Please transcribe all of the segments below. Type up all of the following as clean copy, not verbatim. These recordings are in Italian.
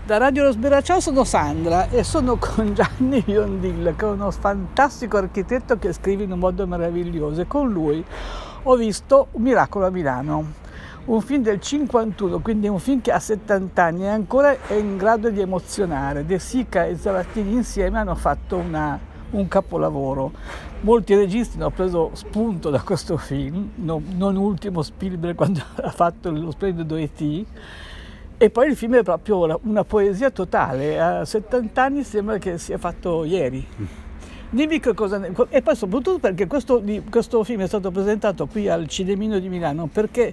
Da Radio Lo Sbirra, sono Sandra e sono con Gianni Biondillo, che è uno fantastico architetto che scrive in un modo meraviglioso, e con lui ho visto Un miracolo a Milano, un film del 51, quindi un film che ha 70 anni e ancora è in grado di emozionare. De Sica e Zavattini insieme hanno fatto un capolavoro. Molti registi hanno preso spunto da questo film, non ultimo Spielberg quando ha fatto lo splendido E.T., e poi il film è proprio una poesia totale. A 70 anni sembra che sia fatto ieri. Dimmi che cosa. E poi soprattutto perché questo film è stato presentato qui al Cinemino di Milano, perché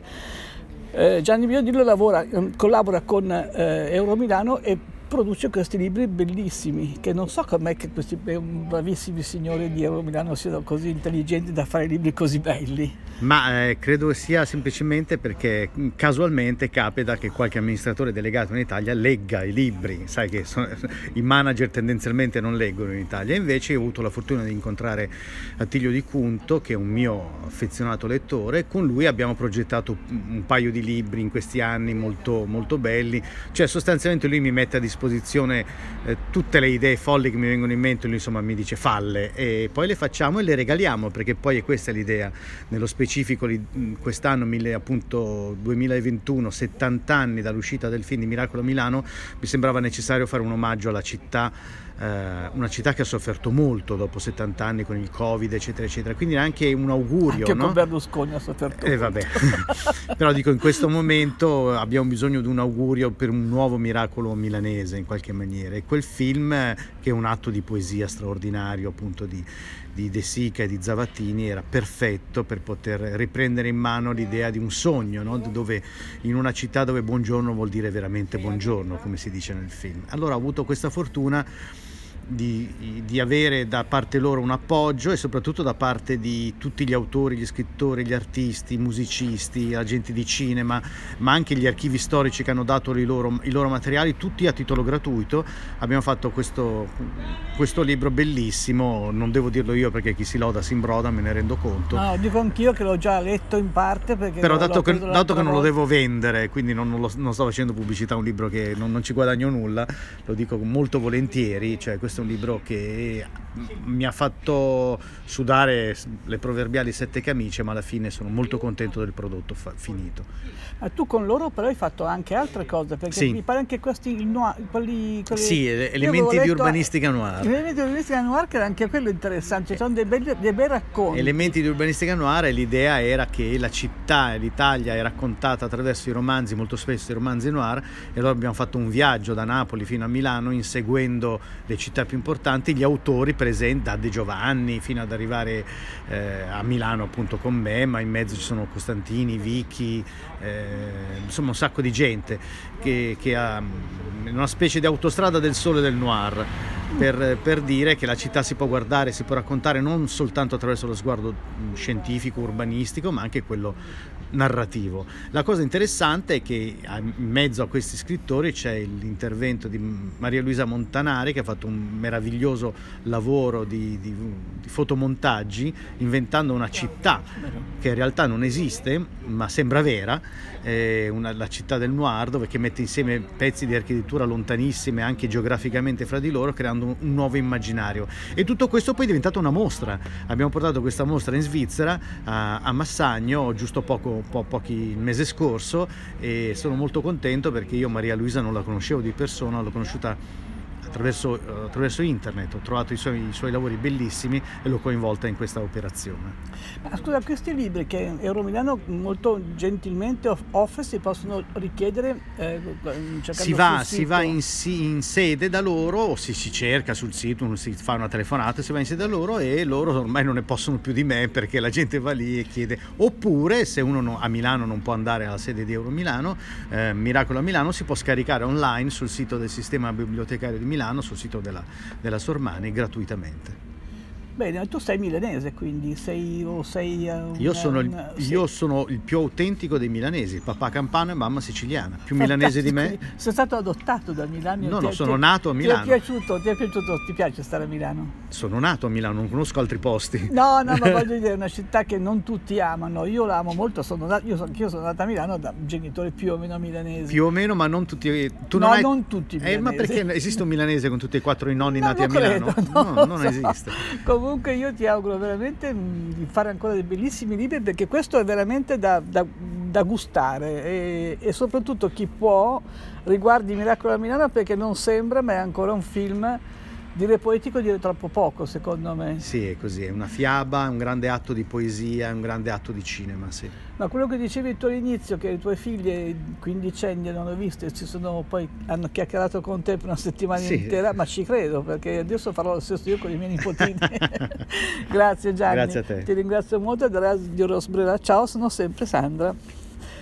Gianni Biondillo collabora con Euromilano e produce questi libri bellissimi, che non so com'è che questi bravissimi signori di Euromilano siano così intelligenti da fare libri così belli. Ma credo sia semplicemente perché casualmente capita che qualche amministratore delegato in Italia legga i libri. Sai che i manager tendenzialmente non leggono in Italia. Invece ho avuto la fortuna di incontrare Attilio Di Cunto, che è un mio affezionato lettore. Con lui abbiamo progettato un paio di libri in questi anni molto, molto belli. Cioè sostanzialmente lui mi mette a disposizione tutte le idee folli che mi vengono in mente. Lui insomma mi dice falle, e poi le facciamo e le regaliamo, perché poi è questa l'idea. Nello specifico quest'anno, appunto 2021, 70 anni dall'uscita del film di Miracolo a Milano, mi sembrava necessario fare un omaggio alla città, una città che ha sofferto molto dopo 70 anni con il Covid, eccetera eccetera, quindi anche un augurio, anche no? Con Berlusconi ha sofferto molto. Vabbè. Però dico, in questo momento abbiamo bisogno di un augurio per un nuovo miracolo milanese in qualche maniera, e quel film, che è un atto di poesia straordinario appunto di De Sica e di Zavattini, era perfetto per poter riprendere in mano l'idea di un sogno, no? Dove, in una città dove buongiorno vuol dire veramente buongiorno, come si dice nel film. Allora ho avuto questa fortuna di avere da parte loro un appoggio, e soprattutto da parte di tutti gli autori, gli scrittori, gli artisti, i musicisti, agenti di cinema, ma anche gli archivi storici che hanno dato i loro materiali, tutti a titolo gratuito. Abbiamo fatto questo libro bellissimo. Non devo dirlo io, perché chi si loda si imbroda, me ne rendo conto. No, dico anch'io che l'ho già letto in parte, perché però dato che non lo devo vendere, quindi non sto facendo pubblicità a un libro che non ci guadagno nulla, lo dico molto volentieri. Cioè, questo è un libro che mi ha fatto sudare le proverbiali 7 camicie, ma alla fine sono molto contento del prodotto finito. Ma tu con loro però hai fatto anche altre cose, perché sì. Mi pare anche quelli sì, elementi di urbanistica noir. Elementi di urbanistica noir, che era anche quello interessante, sono dei bei racconti. Elementi di urbanistica noir, e l'idea era che la città e l'Italia è raccontata attraverso i romanzi, molto spesso i romanzi noir, e allora abbiamo fatto un viaggio da Napoli fino a Milano, inseguendo le città più importanti, gli autori presenti, da De Giovanni fino ad arrivare a Milano appunto con me, ma in mezzo ci sono Costantini, Vichi, insomma un sacco di gente che ha una specie di autostrada del sole del noir, per dire che la città si può guardare, si può raccontare non soltanto attraverso lo sguardo scientifico, urbanistico, ma anche quello narrativo. La cosa interessante è che in mezzo a questi scrittori c'è l'intervento di Maria Luisa Montanari, che ha fatto un meraviglioso lavoro di fotomontaggi, inventando una città che in realtà non esiste ma sembra vera, la città del noir, che mette insieme pezzi di architettura lontanissime anche geograficamente fra di loro, creando un nuovo immaginario. E tutto questo poi è diventato una mostra. Abbiamo portato questa mostra in Svizzera, a Massagno, giusto il mese scorso, e sono molto contento perché io Maria Luisa non la conoscevo di persona, l'ho conosciuta attraverso internet. Ho trovato i suoi lavori bellissimi e l'ho coinvolta in questa operazione. Ma scusa, questi libri che Euromilano molto gentilmente offre, si possono richiedere si va in sede da loro, o si cerca sul sito, si fa una telefonata, si va in sede da loro, e loro ormai non ne possono più di me, perché la gente va lì e chiede. Oppure, se uno a Milano non può andare alla sede di Euromilano, Miracolo a Milano si può scaricare online sul sito del sistema bibliotecario di Milano, sul sito della Sormani, gratuitamente. Bene, tu sei milanese, quindi sei Io sono il più autentico dei milanesi, papà campano e mamma siciliana, più milanese di me. Sei stato adottato da Milano? No, sono nato a Milano. Ti è piaciuto, ti piace stare a Milano? Sono nato a Milano, non conosco altri posti. No, ma voglio dire, è una città che non tutti amano. Io l'amo molto, io sono nata a Milano da genitori più o meno milanesi. Più o meno, ma non tutti. Non tutti milanesi. Ma perché esiste un milanese con tutti e 4 i nonni nati a Milano? No, non esiste. Comunque io ti auguro veramente di fare ancora dei bellissimi libri, perché questo è veramente da gustare, e soprattutto chi può riguardi Miracolo a Milano, perché non sembra, ma è ancora un film. Dire poetico è dire troppo poco, secondo me. Sì, è così, è una fiaba, è un grande atto di poesia, è un grande atto di cinema, sì. Ma quello che dicevi tu all'inizio, che le tue figlie quindicenni hanno visto e hanno chiacchierato con te per una settimana intera, ma ci credo, perché adesso farò lo stesso io con i miei nipotini. Grazie Gianni. Grazie a te. Ti ringrazio molto, da Radio Rosbrera. Ciao, sono sempre Sandra.